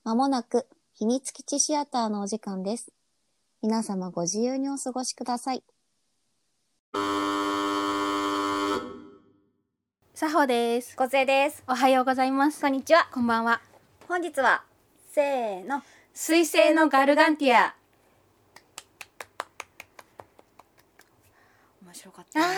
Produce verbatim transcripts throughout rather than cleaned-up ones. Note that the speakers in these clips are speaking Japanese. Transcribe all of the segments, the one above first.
まもなく秘密基地シアターのお時間です。皆様ご自由にお過ごしください。 さほです。 こつえです。 おはようございます。 こんにちは。 こんばんは。 本日はせーの、 水星のガルガンティア。 面白かったな。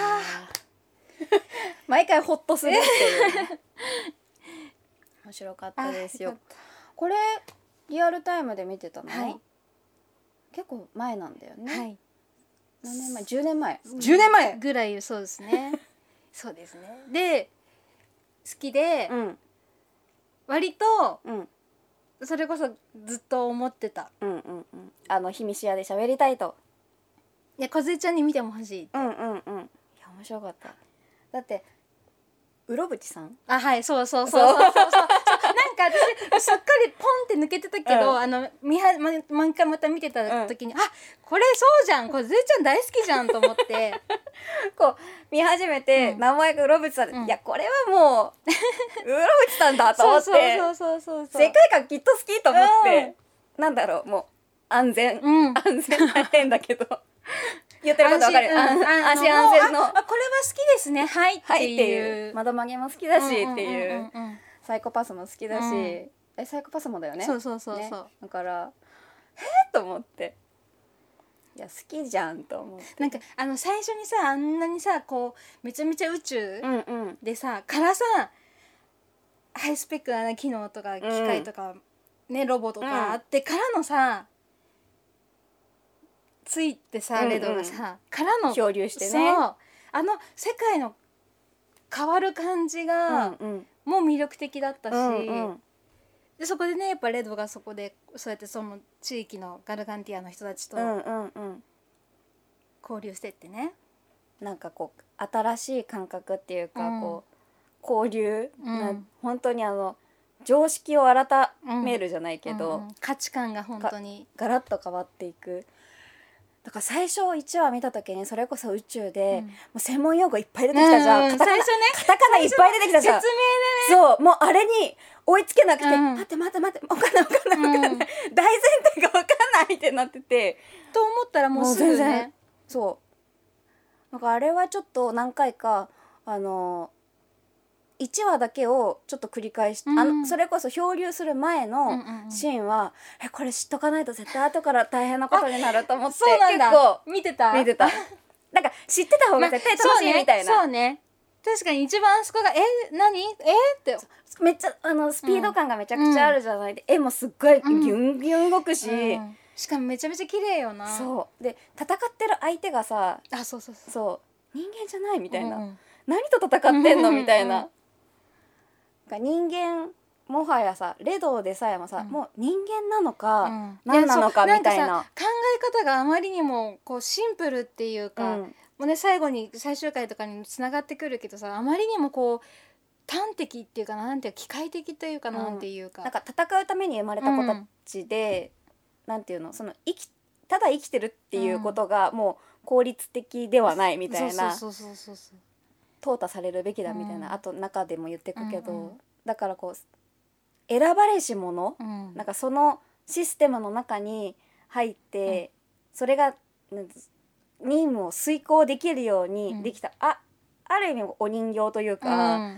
毎回ホッとするっていう、ね、面白かったですよ。これリアルタイムで見てたの、はい、結構前なんだよね。はい、何年前？じゅうねんまえ。じゅうねんまえぐらい。そうですね。そうですね。で好きで、うん、割と、うん、それこそずっと思ってた。 うんうんうん。あの秘密屋で喋りたいと。 いや、こずえちゃんに見ても欲しいって。 うんうんうん。いや面白かった。だってうろぶちさん。 あ、はいそうそうそうそうそうそう。なんか私すっかりポンって抜けてたけど、うん、あの見はま毎回また見てた時に、うん、あこれそうじゃん、これずえちゃん大好きじゃんと思ってこう見始めて、うん、名前がうろぶちさんで、うん、いやこれはもううろぶちさんだと思ってそうそうそうそうそう、 世界観きっと好きと思って、うん、なんだろう、もう安全、うん、安全な変だけど言ってることわかる。安心安全の、 あ、これは好きですね、はいっていう、 窓曲げも好きだしっていう、サイコパスも好きだし、うん、えサイコパスもだよね。 そうそうそうそう、ね、 だからえーと思って、いや好きじゃんと思って、 なんかあの最初にさ、あんなにさこうめちゃめちゃ宇宙でさ、うんうん、からさハイスペックな機能とか機械とか、うん、ねロボとかあってからのさ、ついてさ、レドがさ、うんうん、からの漂流してね、 そうあの世界の変わる感じが、うんうん、もう魅力的だったし、うんうん、でそこでねやっぱレドがそこでそうやってその地域のガルガンティアの人たちと交流してってね、 なんかこう新しい感覚っていうか、うん、こう交流、うん、な本当にあの常識を改めるじゃないけど、うんうんうん、 価値観が本当にガラッと変わっていく。だから最初いちわ見た時にそれこそ宇宙で、うん、もう専門用語いっぱい出てきたじゃん、うん、カタカナ、最初ね、カタカナいっぱい出てきたじゃん、 説明でね、そうもうあれに追いつけなくて、うん、待って待って待って分かんない分かんない分かんない、うん、大前提が分かんないってなってて、 と思ったらもうすぐね、 そうなんかあれはちょっと何回かあのいちわだけをちょっと繰り返し、うん、あのそれこそ漂流する前のシーンは、うんうんうん、えこれ知っとかないと絶対後から大変なことになると思って、 そうなんだ、結構見てた見てたなんか知ってた方が絶対楽しいみたいな、 まあ、そうね、そうね、確かに一番あそこがえ何えってめっちゃあのスピード感がめちゃくちゃあるじゃない、うん、絵もすっごいギュンギュン動くし、うんうん、 しかもめちゃめちゃ綺麗よな。 そうで戦ってる相手がさ、 あそうそうそう、 そう人間じゃないみたいな、うん、何と戦ってんのみたいな、人間もはやさレドでさえもさ、うん、もう人間なのか、うん、何なのかみたい な, な考え方があまりにもこうシンプルっていうか、うん、もうね最後に最終回とかにつながってくるけどさ、あまりにもこう端的っていうかなんていうか機械的というか、なんていうか、 なんか戦うために生まれた子たちで、うん、なんていうの、その生きただ生きてるっていうことがもう効率的ではないみたいな、淘汰されるべきだみたいな、うん、あと中でも言ってくけど、うんうん、だからこう選ばれし者、うん、なんかそのシステムの中に入って、うん、それが任務を遂行できるようにできた、うん、あ, ある意味お人形というか、うん、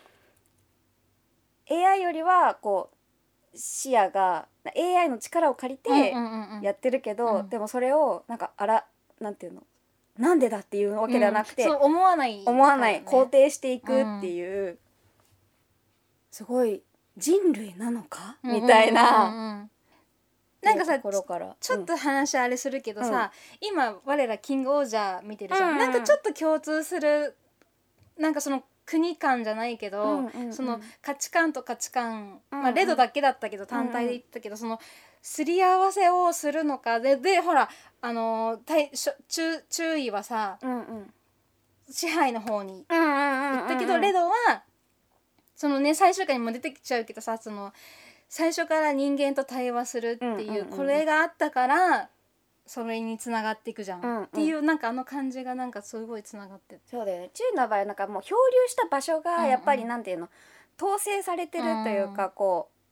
エーアイ よりはこう視野が エーアイ の力を借りてやってるけど、うんうんうん、でもそれをなんかあらなんていうのなんでだっていうわけではなくて、 うん、そう思わない、ね、 思わない肯定していくっていう、うん、すごい人類なのかみたいな、うんうんうんうん、 なんかさちょっと話あれするけどさ、うん、今我らキングオージャー見てるじゃん、うんうん、なんかちょっと共通するなんかその国間じゃないけど、うんうんうん、その価値観と価値観、うんうん、まあ、レドだけだったけど単体で言ったけど、うんうん、そのすり合わせをするのかで、でほらあのー、注, 注意はさ、うんうん、支配の方に行ったけど、レドはそのね最終回にも出てきちゃうけどさ、その最初から人間と対話するっていう、うんうんうん、これがあったからそれにつながっていくじゃん、うんうん、っていうなんかあの感じがなんかすごいつながってる。 そうだよね。チューの場合なんかもう漂流した場所がやっぱりなんていうの、うんうん、統制されてるというか、こ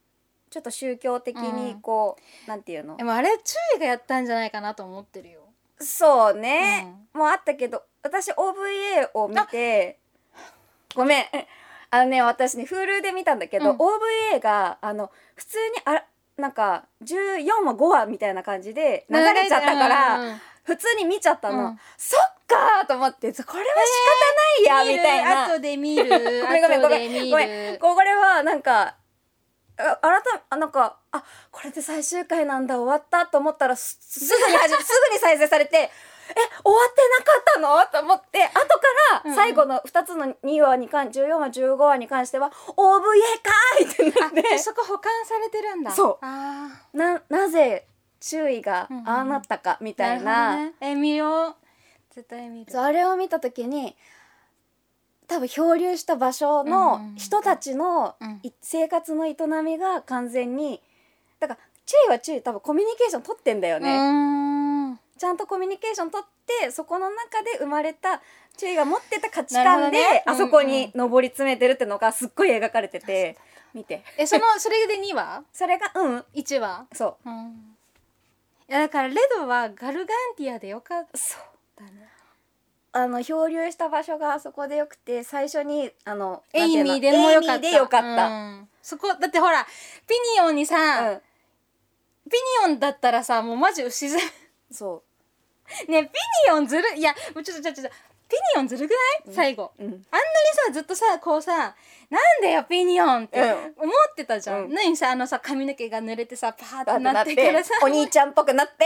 ちょっと宗教的にこう、うん、なんていうの、 でもあれ注意がやったんじゃないかなと思ってるよ。 そうね、うん、もうあったけど私 オーブイエー を見てごめんあのね私ね Hulu で見たんだけど、うん、オーブイエー があの普通にあなんかじゅうよんわごわみたいな感じで流れちゃったから、うん、普通に見ちゃったの、うん、そっかーと思ってこれは仕方ないや、えー、みたいな後で見るごめんごめんごめんごめんこれはなんかあ改めあなんかあこれで最終回なんだ終わったと思ったらすすぐに始すぐに再生されてえ終わってなかったのと思って後から最後のふたつのにわに関じゅうよんわじゅうごわに関しては オーブイエー かーいってなってそこ保管されてるんだ。 そうあななぜ注意がああなったかみたいな、 うんうんね、え見よう絶対見る。 あれを見た時に多分漂流した場所の人たちの生活の営みが完全にだから注意は注意多分コミュニケーション取ってんだよね。うーんちゃんとコミュニケーション取ってそこの中で生まれた注意が持ってた価値観で、ね、あそこに上り詰めてるってのがすっごい描かれてて、うん、見てえそのそれでにわそれがうんいちわそう、 うん、いやだからレドはガルガンティアでよかったそうだね。あの漂流した場所があそこでよくて最初にあのエイミーでもよかった。 でよかった、うん、 そこだってほらピニオンにさ、うん、ピニオンだったらさもうマジ牛ずそうねピニオンずるいやもうちょっとちょっとちょっとピニオンずるくない、うん、最後、うん、あんなにさずっとさこうさなんでよピニオンって思ってたじゃん、うん、何さあのさ髪の毛が濡れてさパーってなってからさお兄ちゃんっぽくなって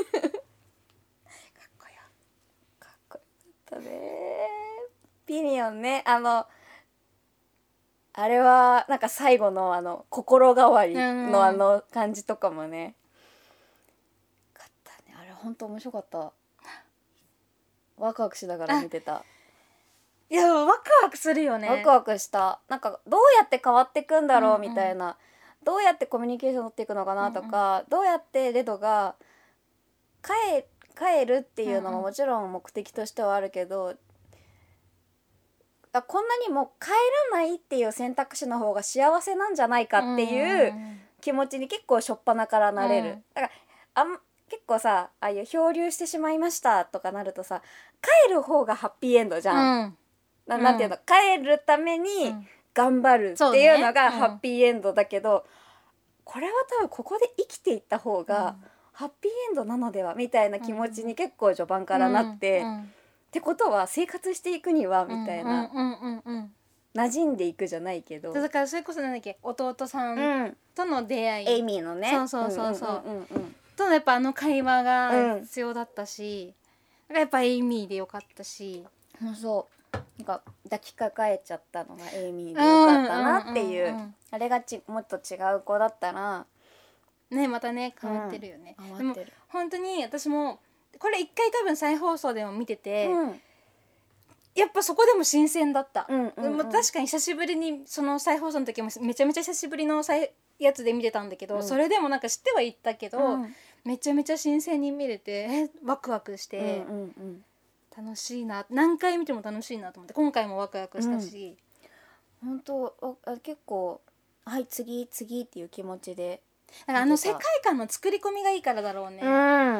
ね、ピニオンねあのあれはなんか最後のあの心変わりのあの感じとかもね、うん、かったねあれ本当面白かった。ワクワクしながら見てた。 いやワクワクするよね。 ワクワクした。なんかどうやって変わっていくんだろうみたいな、うんうん、どうやってコミュニケーション取っていくのかなとか、うんうん、どうやってレドが帰帰るっていうのももちろん目的としてはあるけど、うんうん、あこんなにも帰らないっていう選択肢の方が幸せなんじゃないかっていう気持ちに結構初っ端からなれる、うん、だからあん結構さああいう漂流してしまいましたとかなるとさ帰る方がハッピーエンドじゃん、うん、な, なんていうの、うん、帰るために頑張るっていうのがハッピーエンドだけど、うん、これは多分ここで生きていった方が、うんハッピーエンドなのではみたいな気持ちに結構序盤からなって、うんうん、ってことは生活していくにはみたいな、うんうんうん、馴染んでいくじゃないけどだからそれこそなんだっけ弟さんとの出会い、うん、 エイミーのねそうそうそうそう、うんうんうんうん、とやっぱあの会話が必要だったし、うん、やっぱエイミーでよかったし、 うん、そうなんか抱きかかえちゃったのがエイミーでよかったなっていう、うんうんうんうん、あれがちもっと違う子だったらねまたね変わってるよね、うん、でも本当に私もこれ一回多分再放送でも見てて、うん、やっぱそこでも新鮮だった、うんうんうん、でも確かに久しぶりにその再放送の時もめちゃめちゃ久しぶりのやつで見てたんだけど、うん、それでもなんか知ってはいったけど、うん、めちゃめちゃ新鮮に見れてワクワクして、うんうんうん、楽しいな何回見ても楽しいなと思って今回もワクワクしたし、 うん、本当結構はい次次っていう気持ちでだからあの世界観の作り込みがいいからだろうね、うん、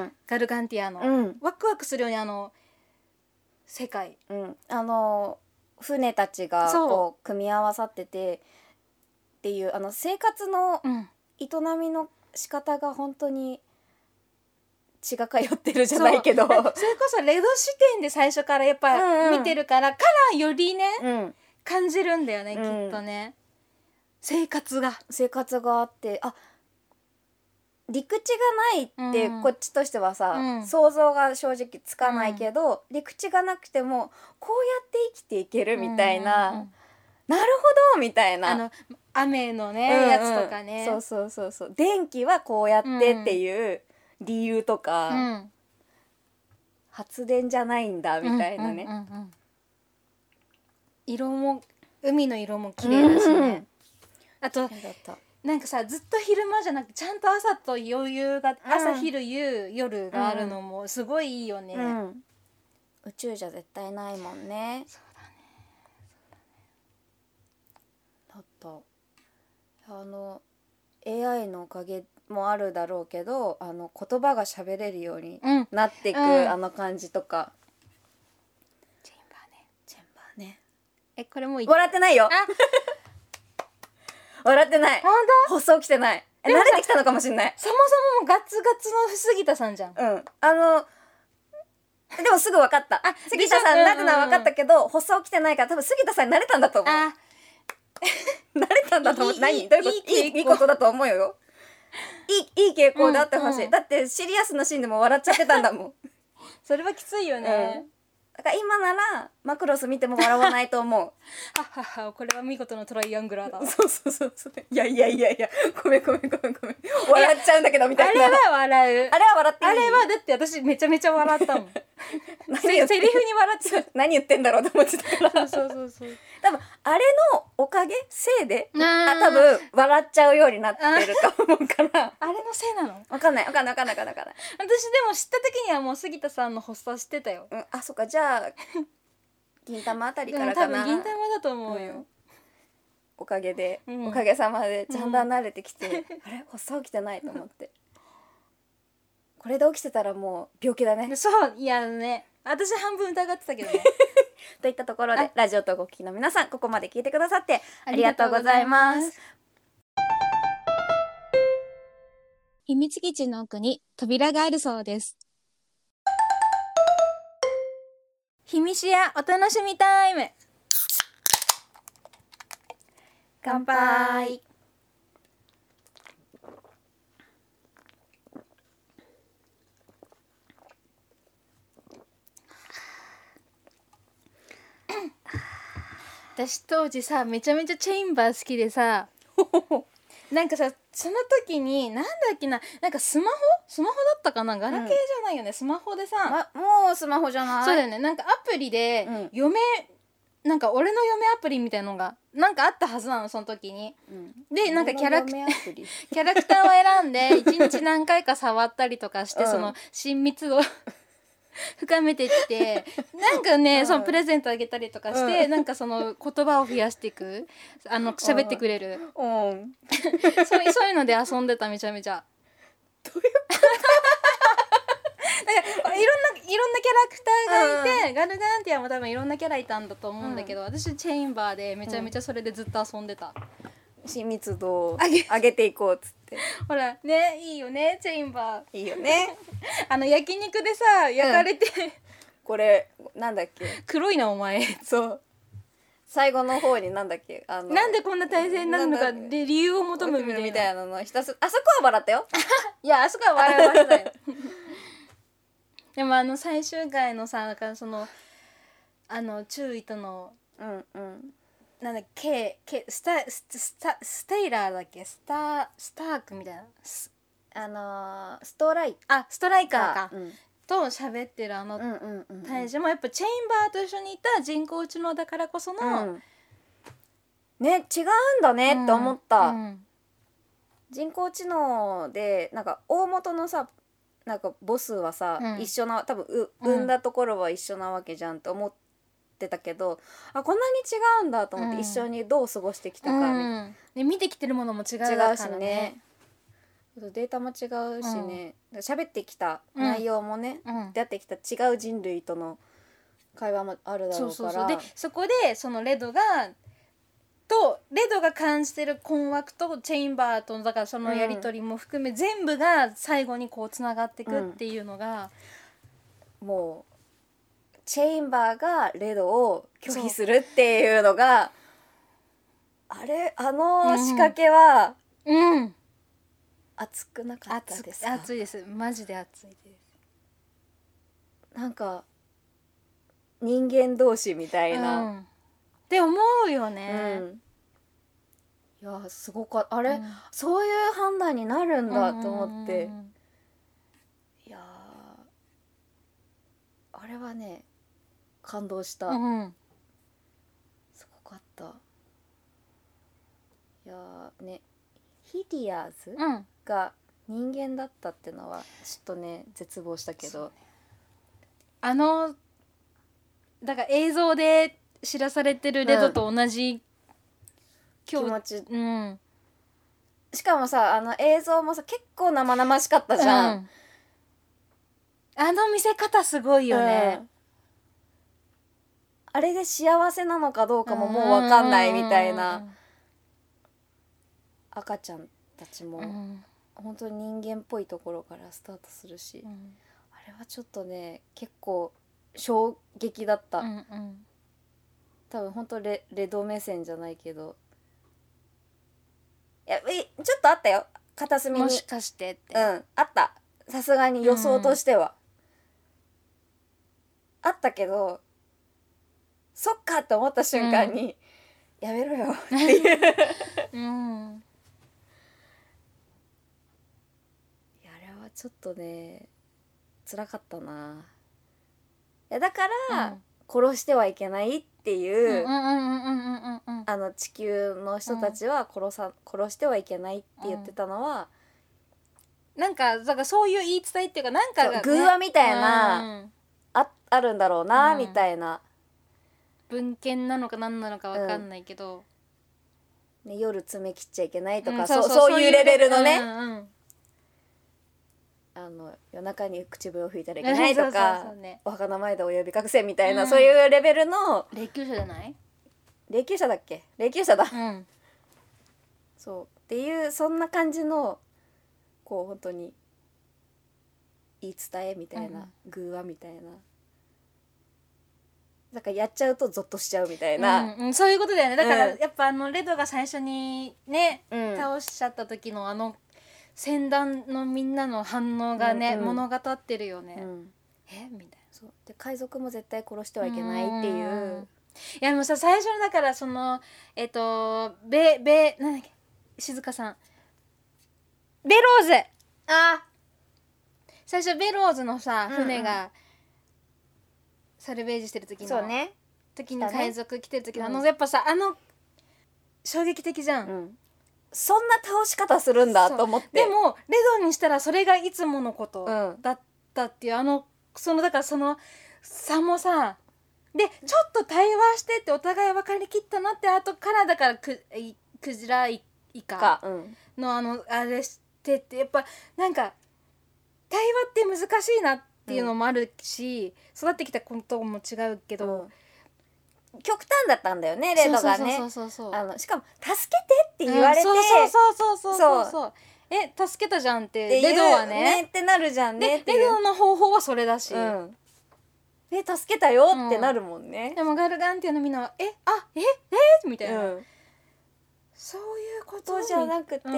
ガルガンティアの、うん、ワクワクするようにあの世界、 うん、あの船たちがこう組み合わさっててっていうあの生活の営みの仕方が本当に血が通ってるじゃないけど そ, それこそレド視点で最初からやっぱ見てるから、うんうん、からよりね、うん、感じるんだよね、うん、きっとね生活が生活があってあ陸地がないってこっちとしてはさ、うん、想像が正直つかないけど、うん、陸地がなくてもこうやって生きていけるみたいな、うんうんうん、なるほどみたいなあの雨のね、うんうん、やつとかねそうそうそうそう電気はこうやってっていう理由とか、うん、発電じゃないんだみたいなね、うんうんうんうん、 色も海の色も綺麗だしね、うんうん、あとなんかさずっと昼間じゃなくてちゃんと朝と余裕が、うん、朝昼夕夜があるのもすごいいいよね、うん、 宇宙じゃ絶対ないもんね。 そうだねそうだね。だったあのエーアイ のおかげもあるだろうけど、あの言葉が喋れるようにうんなっていく、 うんあの感じとか。 チェンバーね。 チェンバーね。 えこれもうい笑ってないよ。 あ笑ってない。 本放送来てない。えでもさ慣れてきたのかもしれない。 当そもそもガツガツの杉田さんじゃん。 うん。あのでもすぐ分かった。 あ杉田さんなってのは分かったけど、放送来てないから多分杉田さんに慣れたんだと思う。 あ慣れたんだと思う。 いい何どういうこと？いいいい傾向いいことだと思うよ。いいいい傾向であってほしい、 うんうんだってシリアスなシーンでも笑っちゃってたんだもん。 それはきついよね。 だから今ならマクロス見ても笑わないと思う。 はははこれは見事なトライアングラーだ。 そうそうそうそう。いやいやいやいや、ごめんごめんごめんごめん。笑っちゃうんだけどみたいな。 あれは笑う。 あれは笑っていい。 あれはだって私めちゃめちゃ笑ったもん。 何言ってセセリフに笑って何言ってんだろうと思ってたから。 た。そうそうそう。 多分あれのおかげせいで、 あーあ多分笑っちゃうようになってると思うからあれのせいなの？ わかんないわかんないわかんないわかんないわかんない。 私でも知った時にはもう杉田さんの発作してたよ。 うん、あそっかじゃあ銀玉あたりでもからかな。 多分銀玉だと思うよ。 うんおかげで、 うんおかげさまでだんだん慣れてきて、あれ発作起きてないと思ってこれで起きてたらもう病気だねそういやね。私半分疑ってたけどね。 といったところであラジオとお聞きの皆さんここまで聞いてくださってありがとうございます。 秘密基地の奥に扉があるそうです。 秘密やお楽しみタイム。乾杯。私当時さめちゃめちゃチェインバー好きでさなんかさその時になんだっけななんかスマホスマホだったかなガラケーじゃないよね、うん、スマホでさ、 ま、もうスマホじゃない。 そうだよねなんかアプリでうん嫁、なんか俺の嫁アプリみたいのがなんかあったはずなのその時に、 うん、 でなんかキャラクモノマネアプリキャラクターを選んで一日何回か触ったりとかして、 うんその親密度を深めていってなんかね、 うんそのプレゼントあげたりとかして、 うんなんかその言葉を増やしていくあの喋ってくれる、 うんそういうそういうので遊んでためちゃめちゃ。 どういうだからいろんないろんなキャラクターがいて、うん、ガルガンティアも多分いろんなキャラいたんだと思うんだけど、うん、私チェインバーでめちゃめちゃそれでずっと遊んでた、 親密度を上げ上げていこうっつってほらねいいよねチェインバーいいよねあの焼肉でさ焼かれて、うん、 これなんだっけ黒いなお前そう最後の方になんだっけあのなんでこんな体勢になるのかで理由を求むみたいなみたいなのひたすあそこは笑ったよいやあそこは笑いましたよでもあの最終回のさなんかそのあの注意とのうんうんなんだっけ K, K スタススタステイラーだっけスタスタークみたいなあのー、ストライあストライカーか、 うん、 と喋ってるあのうんうんうん、 大使もやっぱチェインバーと一緒にいた人工知能だからこその、 うん、ね違うんだねって思った、 うんうん、 人工知能でなんか大元のさなんかボスはさ、うん、一緒な多分う産んだところは一緒なわけじゃんって思ってたけど、うん、あこんなに違うんだと思って、うん、一緒にどう過ごしてきたかみたいな、 うん、で見てきてるものも違うからね、 違うしねデータも違うしね、うん、喋ってきた内容もね、うん、出会ってきた違う人類との会話もあるだろうから、 そうそうそうでそこでそのレドがとレドが感じてる困惑とチェインバーとのだからそのやり取りも含め、うん、全部が最後にこうつながっていくっていうのが、 うん、もうチェインバーがレドを拒否するっていうのがあれあの仕掛けは、 うん、うん熱くなかったですか？ 熱いですマジで熱いです。 なんか人間同士みたいな、 うん、って思うよね、 うん、いやすごかったあれ、うん、そういう判断になるんだと思って、うんうんうん、いやあれはね感動した、うん、すごかった。いやねヒディアーズ、うんが人間だったってのはちょっとね絶望したけど、ね、 あのだから映像で知らされてるレドと同じ、 うん、気持ち、 うん、 しかもさあの映像もさ結構生々しかったじゃん、うん、 あの見せ方すごいよね、うん、 あれで幸せなのかどうかももう分かんないみたいな、赤ちゃんたちも、うん、本当に人間っぽいところからスタートするし、うん、あれはちょっとね結構衝撃だった、うんうん、多分本当レレド目線じゃないけど、いやちょっとあったよ片隅に、 もしかしてって、 うんあった、さすがに予想としては、うん、あったけどそっかって思った瞬間に、うん、やめろよっていう、うん、いやあれはちょっとね辛かったな。いやだから、うん、殺してはいけないっていうあの地球の人たちは殺さ、殺してはいけないって言ってたのは、 うん、なんかだからそういう言い伝えっていうかなんかが、ね、 偶話みたいな、うん、あ, あるんだろうな、うん、みたいな文献なのか何なのか分かんないけど、 うんね、夜爪切っちゃいけないとか、うん、そう、そう、そういうレベルのね、うんうん、あの夜中に口笛を吹いたらいけないとかそうそうそう、ね、お墓の前でお呼び隠せみたいな、うん、そういうレベルの霊柩車じゃない？ 霊柩車だっけ？霊柩車だ、うん、そうっていうそんな感じのこう本当に言い伝えみたいな、うん、偶話みたいな、だからやっちゃうとゾッとしちゃうみたいな、 うんうん、そういうことだよね。だから、うん、やっぱあのレドが最初にね、うん、倒しちゃった時のあの船団のみんなの反応がね、うんうん、物語ってるよね、うん、えみたいな。 そうで海賊も絶対殺してはいけないっていう、ういやもうさ最初のだからそのえっとベベなんだっけ静香さんベローズあ最初ベローズのさ船がサルベージしてる時の、 そうね、 時に海賊来てる時の、うん、あのやっぱさあの衝撃的じゃん、うん、 そんな倒し方するんだと思って。 でもレドにしたらそれがいつものことだったっていう、うん、あのそのだからその差もさでちょっと対話してってお互い分かりきったなって後からだからくクジライカのあのあれしてってやっぱなんか対話って難しいなっていうのもあるし、うん、育ってきたことも違うけど、 うん、極端だったんだよねレドがね。しかも助けてって言われて、うん、 そうそうそうそうそうそうえ助けたじゃんってレドはねねってなるじゃんねっていうレドの方法はそれだし、 うんえ助けたよってなるもんね、 うん、でもガルガンティアのみんなはえあええみたいな、うん、そういうことじゃなくて、うん、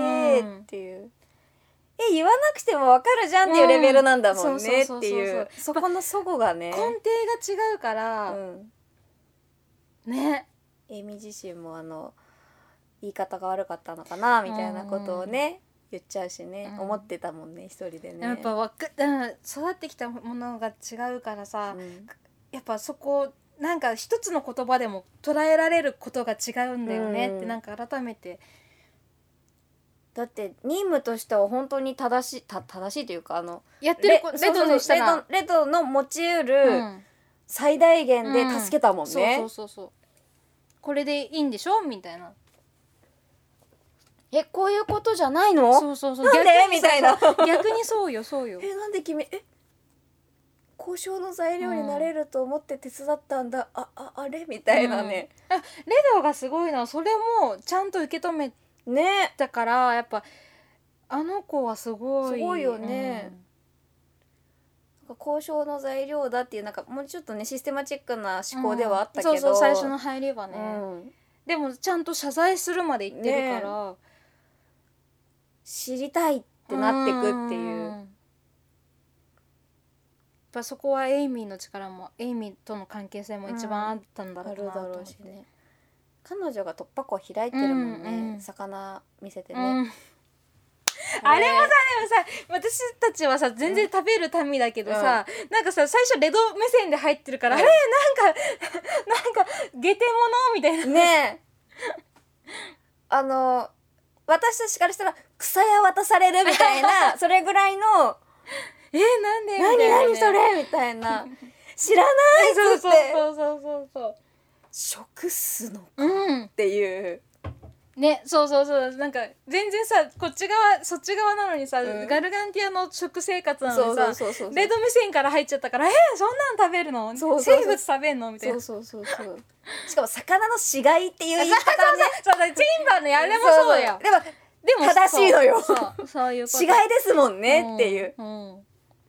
っていうえ言わなくても分かるじゃんっていうレベルなんだもんねっていうそこの齟齬がね根底が違うから、うん、ねエイミ自身もあの言い方が悪かったのかなみたいなことをね、うん、言っちゃうしね、うん、思ってたもんね一人でね。 やっぱわか育ってきたものが違うからさ、うん、やっぱそこなんか一つの言葉でも捉えられることが違うんだよね、うん、ってなんか改めてだって任務としては本当に正しいた正しいというかあのやってるレ, レドのしたらレドの持ち得る最大限で助けたもんね、 うんうん、そうそうそうそうこれでいいんでしょみたいなえこういうことじゃないのそうそうそうなんでみたいな逆にそうよそうよえなんで君え交渉の材料になれると思って手伝ったんだ、うん、あああれみたいなね、 うん、あレドがすごいのはそれもちゃんと受け止めねだからやっぱあの子はすごいすごいよね、うん、交渉の材料だっていうなんかもうちょっとねシステマチックな思考ではあったけど、うん、 そうそう最初の入りはね、うん、でもちゃんと謝罪するまで言ってるから、ね、 知りたいってなってくっていう、うん、やっぱそこはエイミーの力もエイミーとの関係性も一番あったんだろうなと思って、うん、あるだろうしね彼女が突破口開いてるもんね、うんうん、魚見せてね、うん、 あれもさでもさ私たちはさ全然食べる民だけどさ、うん、なんかさ最初レド目線で入ってるから、うん、あれなんかなんかゲテモノみたいなねえあの私たちからしたら草屋渡されるみたいなそれぐらいのえなんで何何それみたいな知らないっつってそうそうそうそうそう食すのか、うん、っていうね、そうそうそう、なんか全然さこっち側そっち側なのにさ、うん、ガルガンティアの食生活なのにさレド目線から入っちゃったから、えー、そんなん食べるの、そうそうそう、生物食べんのみたいな。 そうそうそうそう。しかも魚の死骸っていう言い方ね。 そうそうそう、チンバのあれもそうよ。 でもでも正しいのよ。 そうそういうこと。 死骸ですもんね、うん、っていう、うん、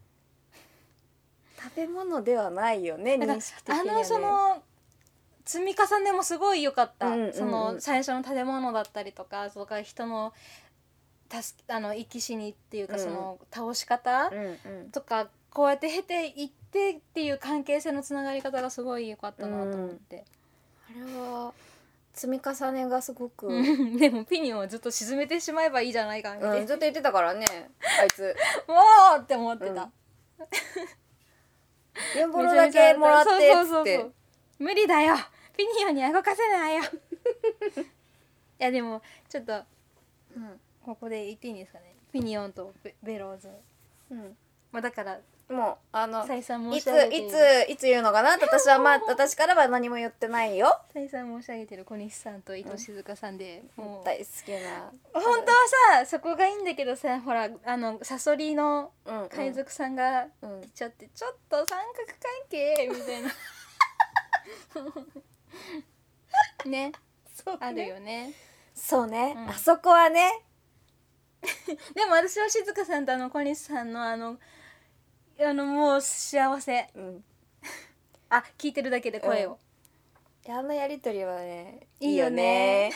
食べ物ではないよね、認識的にはね。 あのその積み重ねもすごい良かった、うんうんうん、その最初の食べ物だったりとか、それから人の助あの生き死にっていうか、その倒し方とか、うんうん、こうやって経ていってっていう関係性のつながり方がすごい良かったなと思って、 うん、あれは積み重ねがすごくでもピニオンをずっと沈めてしまえばいいじゃないかみたいな、 うん、ずっと言ってたからねあいつもうって思ってた、 ユンボロだけもらってっつって、そうそうそうそう、 無理だよピニオンには動かせないよいやでもちょっと、うん、ここで言っていいんですかね、ピニオンと ベ, ベローズ、うん、まあ、だからもうあの再三申し上げている、いついついつ言うのかな私は、まあ、私からは何も言ってないよ。 再三申し上げてる小西さんと伊藤静香さんで、 うん、もう大好きな、 本当はさそこがいいんだけどさ、ほらあのサソリの海賊さんが来ちゃって、うんうん、ちょっと三角関係みたいなね、そうね、あるよね。 そうね、うん、あそこはねでも私は静香さんとあの小西さんのあのあのもう幸せ、うん、あ聞いてるだけで声を、 うん、あのやりとりはねいいよね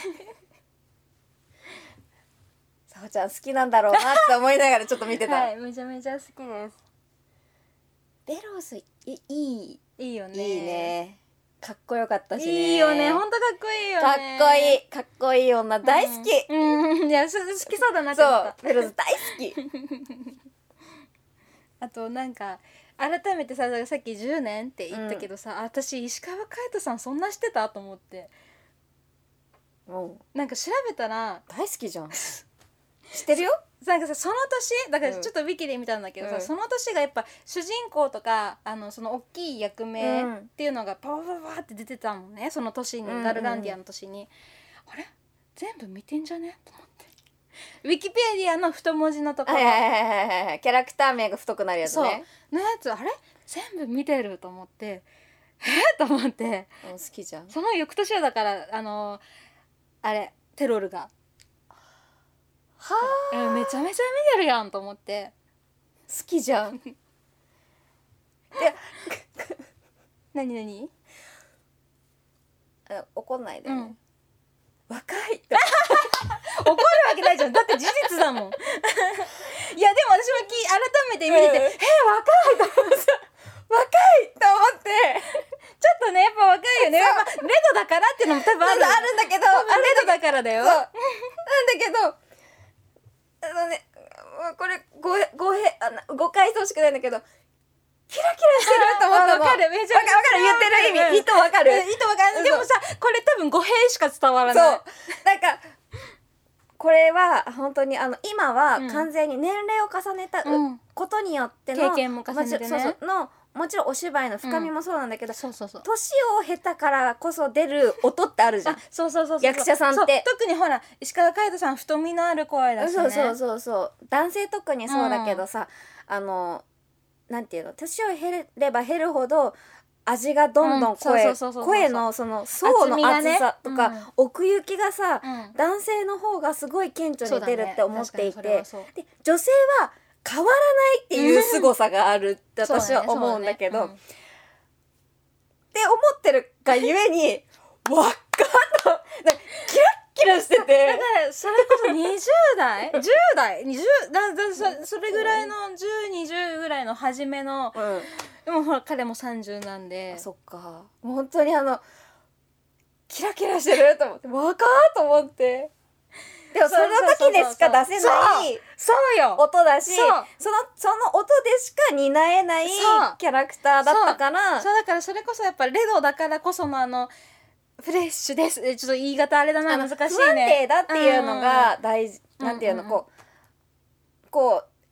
さほちゃん好きなんだろうなって思いながらちょっと見てたはい、めちゃめちゃ好きです。 ベロースいいいいいよね、 いいね、かっこよかったしね。 いいよね、ほんとかっこいいよね。 かっこいい、かっこいい女大好き。 うん、うん、いや好きそうだなって思った。 そう、ベローズ大好き。 あとなんか改めてさ、さっきじゅうねんって言ったけどさ、うん、私石川海人さんそんなしてたと思って、うん、なんか調べたら大好きじゃん。知ってるよ。 なんかさその年だからちょっとウィキで見たんだけどさ、うん、その年がやっぱ主人公とかあのその大きい役名っていうのがパワパワパワって出てたもんね、その年に、うんうん、ガルガンディアの年に、あれ全部見てんじゃねと思って、ウィキペディアの太文字のところ、 はいはいはいはい、キャラクター名が太くなるやつね、 そうのやつ、あれ全部見てると思って、えと思って、 好きじゃん。 その翌年はだからあのあれテロルがはあ、めちゃめちゃ見てるやんと思って好きじゃん。いや何何あ怒んないでね、うん、若いって怒るわけないじゃん、だって事実だもんいやでも私もき改めて見てて、うん、え若いと思って若いと思ってちょっとねやっぱ若いよね、やっぱレドだからっていうのも多分あるあるんだけど、 あレドだからだよ。 そうなんだけどあのね、これごごへあの誤解してほしくないんだけど、キラキラしてると思ったの。 わかる、めちゃめちゃわかる、言ってる意味、意図わかる、 意図わかる。でもさ、これ多分語弊しか伝わらない。 そうなんかこれは本当にあの今は完全に年齢を重ねたことによっての、 うん、経験も重ねてね、 そうそうのもちろんお芝居の深みもそうなんだけど、 うん、そうそうそう、 年を経たからこそ出る音ってあるじゃん。 そうそうそうそう、 役者さんって特にほら石川海人さん太みのある声だしね。 そうそうそうそう、男性特にそうだけどさ、うん、あのなんていうの、年を経れば経るほど味がどんどん声、声のその層の厚さとか、ね、うん、奥行きがさ、うん、男性の方がすごい顕著に出るって思っていて、ね、で女性は変わらないっていう凄さがあるって私は思うんだけど、ねね、うん、って思ってるがゆえにわっかとキラッキラしてて、 だからそれこそにじゅう代じゅう代にじゅうだだ そ, それぐらいのじゅう、にじゅうぐらいの初めの、うん、でもほら彼もさんじゅうなんで、 そっか、もう本当にあのキラキラしてると思って、わかーと思って、でもその時でしか出せない音だし、そのその音でしか担えないキャラクターだったから、 そうだからそれこそやっぱレドだからこそのあのフレッシュです、ちょっと言い方あれだな、難しいね、 不安定だっていうのが大事、うん、なんていうの、こうこういい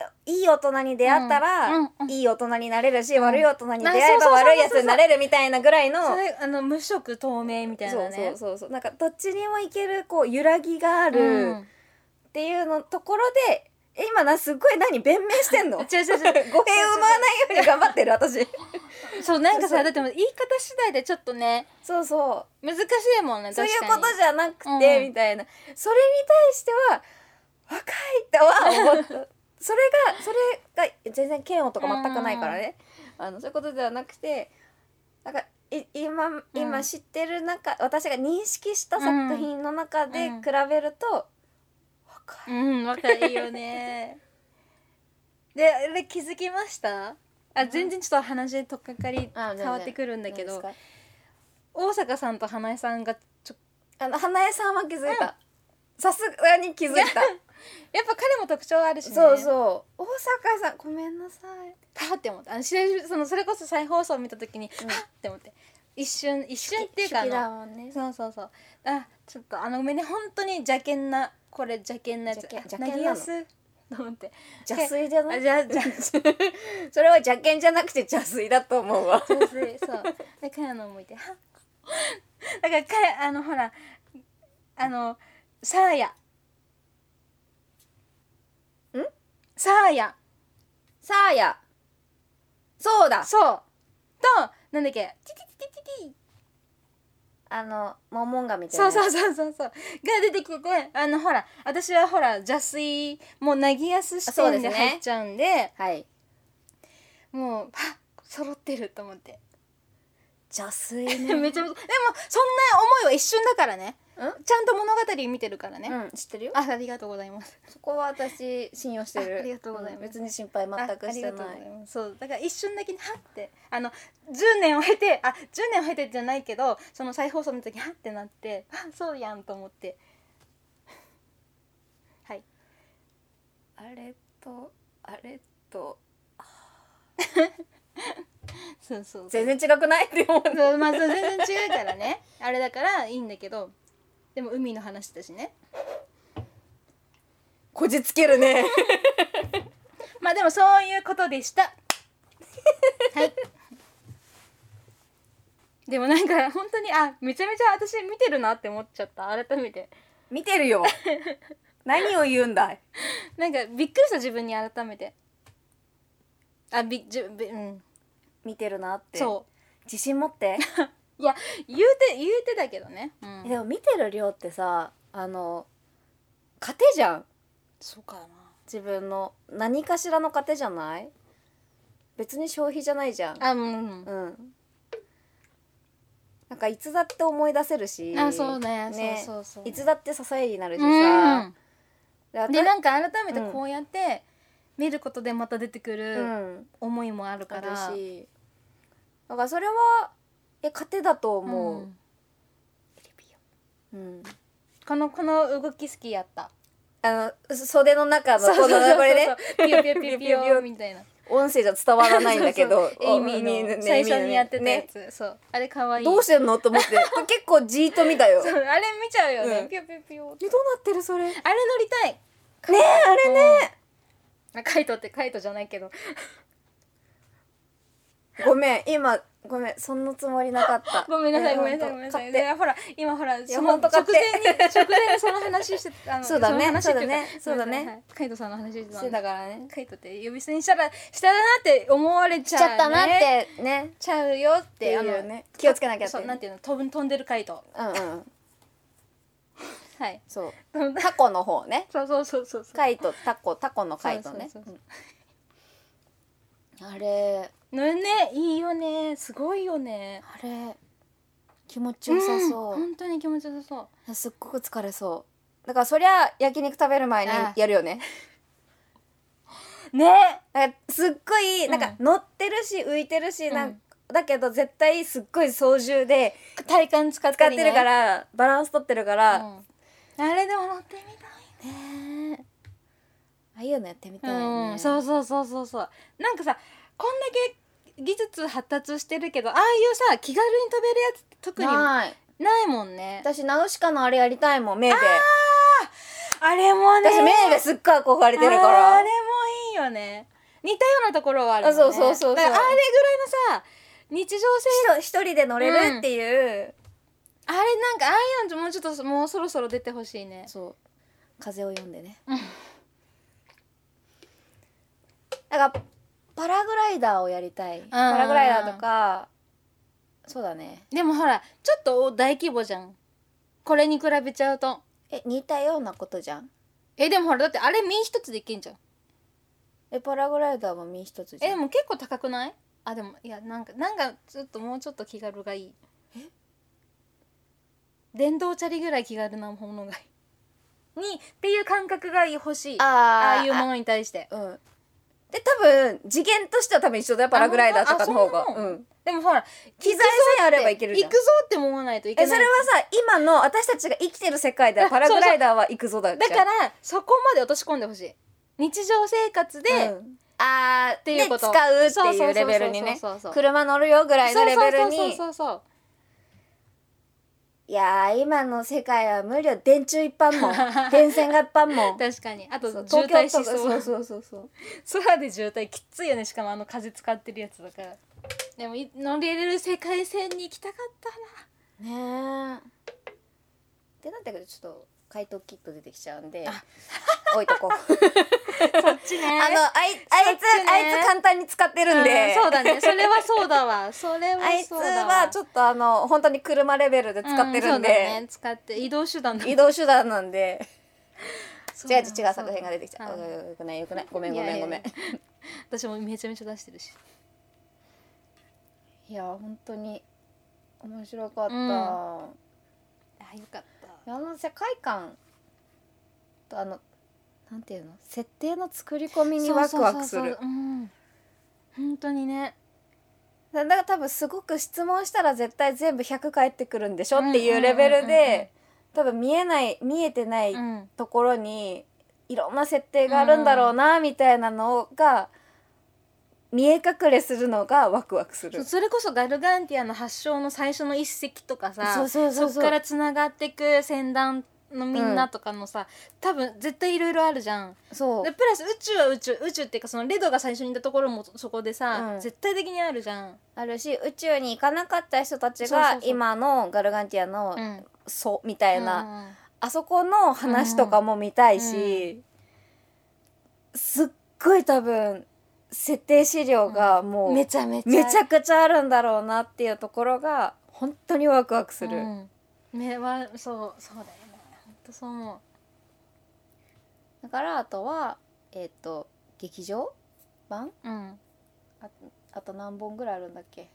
い大人に出会ったら、 うんうん、 いい大人になれるし、うん、悪い大人に出会えば悪いやつになれるみたいなぐらいの、 それあの無色透明みたいなね。 そうそうそうそう、なんかどっちにもいけるこう揺らぎがある、うん、っていうのところで、え今なすっごい何弁明してんの？違う違う違う語弊を生まないように頑張ってる私。 そうなんかさ、だって言い方次第でちょっとね、 そうそう難しいもんね。 そういうことじゃなくて、うん、みたいな、それに対しては若いっては思った。それがそれが全然嫌悪とか全くないからね、うん、あのそういうことではなくて、なんかい今今知ってる中、うん、私が認識した作品の中で比べると、 うん、若いよね。で、あれ気づきました？あ、全然ちょっと話とっかかり変わってくるんだけど、大阪さんと花江さんがちょあの花江さんは気づいた。さすがに気づいた。やっぱ彼も特徴あるしね。 そうそう。大阪さんごめんなさい。 はって思って、あのそのそれこそ再放送を見た時に、うん、はって思って。一瞬一瞬っていうかあの、ね、そうそうそう。あ、ちょっとあのごめんね、本当に邪険な。これ邪険なやつ。 邪険なのと思って邪推じゃない？ じゃじゃそれは邪険じゃなくて邪推だと思うわ。 邪推、そう。でかやの向いてはだからかあのほらあのサーヤんサーヤサーヤそうだそうとなんだっけティティティティティあのモンモンガみたいな、そうそうそうそうそうが出てきてて、あのほら私はほら邪推もうなぎやす視点で入っちゃうんで、 ね、はいもうはっ揃ってると思って邪推ねめちゃめちゃでもそんな思いは一瞬だからね、ちゃんと物語見てるからね、 うん、知ってるよ。 あ、ありがとうございます。 そこは私信用してる。 ありがとうございます。 別に心配全くしてない。 そうだから一瞬だけにはってあのじゅうねんを経てあじゅうねんを経てじゃないけどその再放送の時はってなってあそうやんと思ってはいあれとあれとそうそう全然違くないって思う。 まあ全然違うからねあれだからいいんだけどでも海の話だしねこじつけるねまあでもそういうことでしたはいでもなんか本当にあめちゃめちゃ私見てるなって思っちゃった改めて見てるよ何を言うんだいなんかびっくりした自分に改めてあびじびうん見てるなってそう自信持っていや言うて言うてだけどね、 うん、でも見てる量ってさあの糧じゃん。 そうかな自分の何かしらの糧じゃない？別に消費じゃないじゃん。 あうん、 うん、なんかいつだって思い出せるしあそうね、ねそうそうそういつだって支えになるしさ、 うん、でなんか改めてこうやって見ることでまた出てくる思いもあるから、うん、 あるしだからそれはえ糧だと思う、うんうん、 このこの動き好きやったあの袖の中のこのこれねピヨピヨピヨピヨみたいな音声じゃ伝わらないんだけどエイミーの最初にやってたやつ、ね、そうあれかわいいどうしてんのと思って結構じーっと見たよそうあれ見ちゃうよね、うん、ピヨピヨピヨどうなってるそれあれ乗りたいねえあれね、 うん、カイトってカイトじゃないけどごめん今ごめんそんなつもりなかったごめんなさいごめんなさいごめんなさいでほら今ほらその直前に直前にその話してあのそうだねそうだねそうだねカイトさんの話してたしてたからねカイトって呼び捨てにしたらしたらなって思われちゃうねしちゃったなってねちゃうよってあのね気をつけなきゃってそうなんていうの飛ぶ飛んでるカイトうんうんはいそうタコの方ねそうそうそうそうカイトタコタコのカイトねあれねいいよねすごいよねあれ気持ちよさそう、 うん、本当に気持ちよさそうすっごく疲れそうだからそりゃ焼肉食べる前にやるよねねだからすっごいなんか乗ってるし浮いてるし、うん、なんだけど絶対すっごい操縦で体幹使ってる、ね、 使ってるからバランス取ってるから、うん、 あれでも乗ってみたいねああいうのやってみたいね、 うん、そうそうそうそうそうなんかさこんだけ技術発達してるけどああいうさ気軽に飛べるやつ特にないないもんね。 私ナウシカのあれやりたいもんメーベああれもね私メーベすっごい憧れてるからあれもいいよね似たようなところはあるよね。 そうそうそうそう。 だからあれぐらいのさ日常生一人で乗れるっていう、うん、 あれなんかああいうのもうちょっともうそろそろ出てほしいね。 そう風を読んでね、うん、だからパラグライダーをやりたい。パラグライダーとかそうだね。 でもほらちょっと大規模じゃんこれに比べちゃうと。 え似たようなことじゃん。 えでもほらだってあれ身一つできんじゃん。 えパラグライダーも身一つじゃん。 えでも結構高くない？あでもいやなんかなんかちょっともうちょっと気軽がいい。え電動チャリぐらい気軽なものがいいにっていう感覚が欲しい。あああいうものに対して。 うんで多分次元としては多分一緒だよパラグライダーとかの方が。うん、 でもほら機材さえあればいけるじゃん。 行くぞって思わないといけない。 えそれはさ今の私たちが生きてる世界ではパラグライダーは行くぞだっちゃう。 だからそこまで落とし込んでほしい。日常生活で、 うん、あーっていうことで使うっていうレベルにね車乗るよぐらいのレベルに。 そうそうそうそういやー今の世界は無理よ。電柱いっぱいもん電線がいっぱいもん確かに。あと渋滞しそう。 そうそうそうそう空で渋滞きついよね。しかもあの風使ってるやつだから。でも乗れる世界線に行きたかったな。ねえでなんだけどちょっと怪盗キット出てきちゃうんで置いとこうそっちね。 あのあいあいつ、ね、あいつ簡単に使ってるんで、 うん、そうだねそれはそうだわそれはそうだわ。 あいつはちょっとあの本当に車レベルで使ってるんで、うん、そうだね使って移動手段移動手段なんで違う違う違う作品が出てきちゃう。よくないよくないごめんごめんごめん。 私もめちゃめちゃ出してるし。 いや本当に面白かった、うん、 あよかった。 あの世界観とあのなんていうの設定の作り込みにワクワクする。 本当にね。 だから多分すごく質問したら絶対全部ひゃく返ってくるんでしょっていうレベルで多分見えない見えてないところにいろんな設定があるんだろうなみたいなのが見え隠れするのがワクワクする。 そ, それこそガルガンティアの発祥の最初の一隻とかさ、 そうそうそうそう、 そっからつながっていく船団のみんなとかのさ、うん、多分絶対いろいろあるじゃん。 そうでプラス宇宙は宇宙宇宙っていうかそのレドが最初にいたところもそこでさ、うん、絶対的にあるじゃん。 あるし宇宙に行かなかった人たちが今のガルガンティアの祖みたいな、うんうん、あそこの話とかも見たいし、うん、すっごい多分設定資料がもう、 うん、めちゃめちゃめちゃくちゃあるんだろうなっていうところが本当にワクワクする、うん、 ねはそうそうだよね。本当そう思う。 だからあとはえっ、ー、と劇場版、 うん、 あ, あと何本ぐらいあるんだっけ。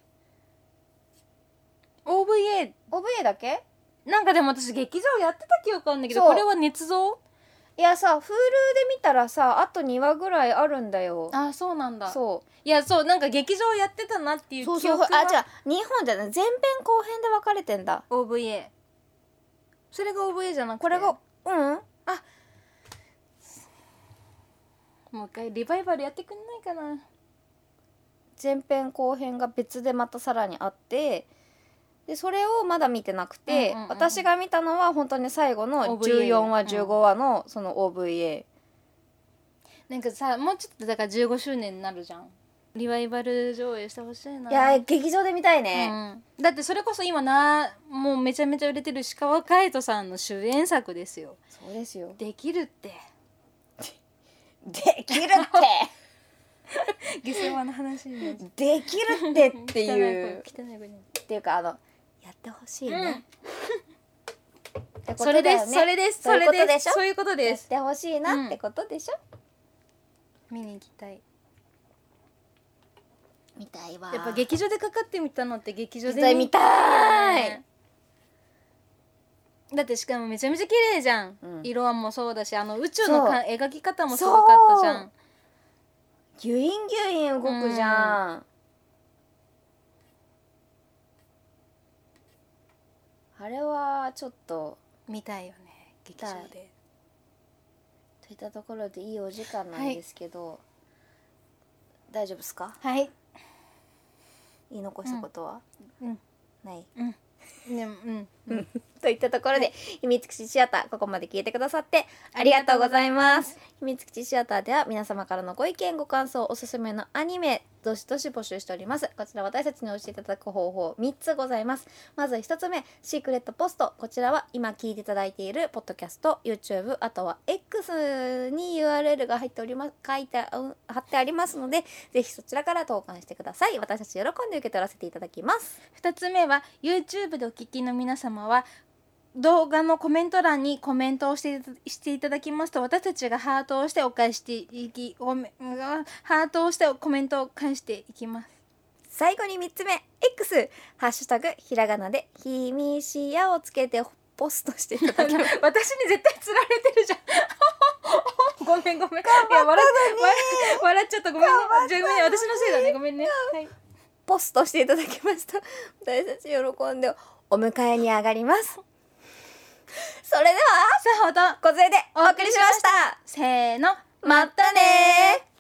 オーブイエーオーブイエー だけ。 なんかでも私劇場やってた記憶あるんだけどこれは捏造。 いやさ Hulu で見たらさあとにわぐらいあるんだよ。 あそうなんだ。 そういやそうなんか劇場やってたなっていう記憶は。 そうそうあじゃあにほんじゃない前編後編で分かれてんだオーブイエー。 それが オーブイエー じゃなくてこれがうんあもう一回リバイバルやってくんないかな。 前編後編が別でまたさらにあってでそれをまだ見てなくて、うんうんうん、私が見たのは本当に最後のじゅうよんわじゅうごわのその オーブイエー、うん、なんかさもうちょっとだからじゅうごしゅうねんになるじゃん。リバイバル上映してほしいな。 いや劇場で見たいね、 うん、だってそれこそ今なもうめちゃめちゃ売れてる石川海人さんの主演作ですよ。 そうですよ。 できるってできるって下世話の話にできるってっていう汚い声っていうかあのやってほしいね、 うん、それですそれですそれですそういうことです。 やってほしいなってことでしょ、 うん、見に行きたい。 見たいわ。 やっぱ劇場でかかってみたのって劇場で見たい、ね、 だってしかもめちゃめちゃ綺麗じゃん、うん、色はもそうだしあの宇宙のか描き方もすごかったじゃん。 ギュインギュイン動くじゃん、うん、あれはちょっと見たいよね劇場で。 といったところでいいお時間なんですけど、はい、大丈夫ですか。 はい。 言い残したことは、 うん、 ない。 うん。でもうん。うんといったところで、はい、秘密基地シアターここまで聞いてくださってありがとうございます。秘密基地シアターでは皆様からのご意見ご感想おすすめのアニメどしどし募集しております。こちら私たちに教えていただく方法みっつございます。まずひとつめ、シークレットポスト。こちらは今聞いていただいているポッドキャスト、YouTube、あとは X に ユーアールエル が入っております書いて貼ってありますので、ぜひそちらから投函してください。私たち喜んで受け取らせていただきます。 ふたつめは YouTube でお聞きの皆様は動画のコメント欄にコメントをしてしていただきますと、私たちがハートをしてお返していきごめハートをしてコメントを返していきます。 最後にみっつめ、 X ハッシュタグひらがなでひみしやをつけてポストしていただきます私に絶対釣られてるじゃんごめんごめん、いや笑っ笑っちゃった、ごめんね、じゃあごめんね、私のせいだね、ごめんね、はい、 ポストしていただきました。私たち喜んでお迎えに上がります。それではさほど小杖でお送りしました。 せーの、 またねー。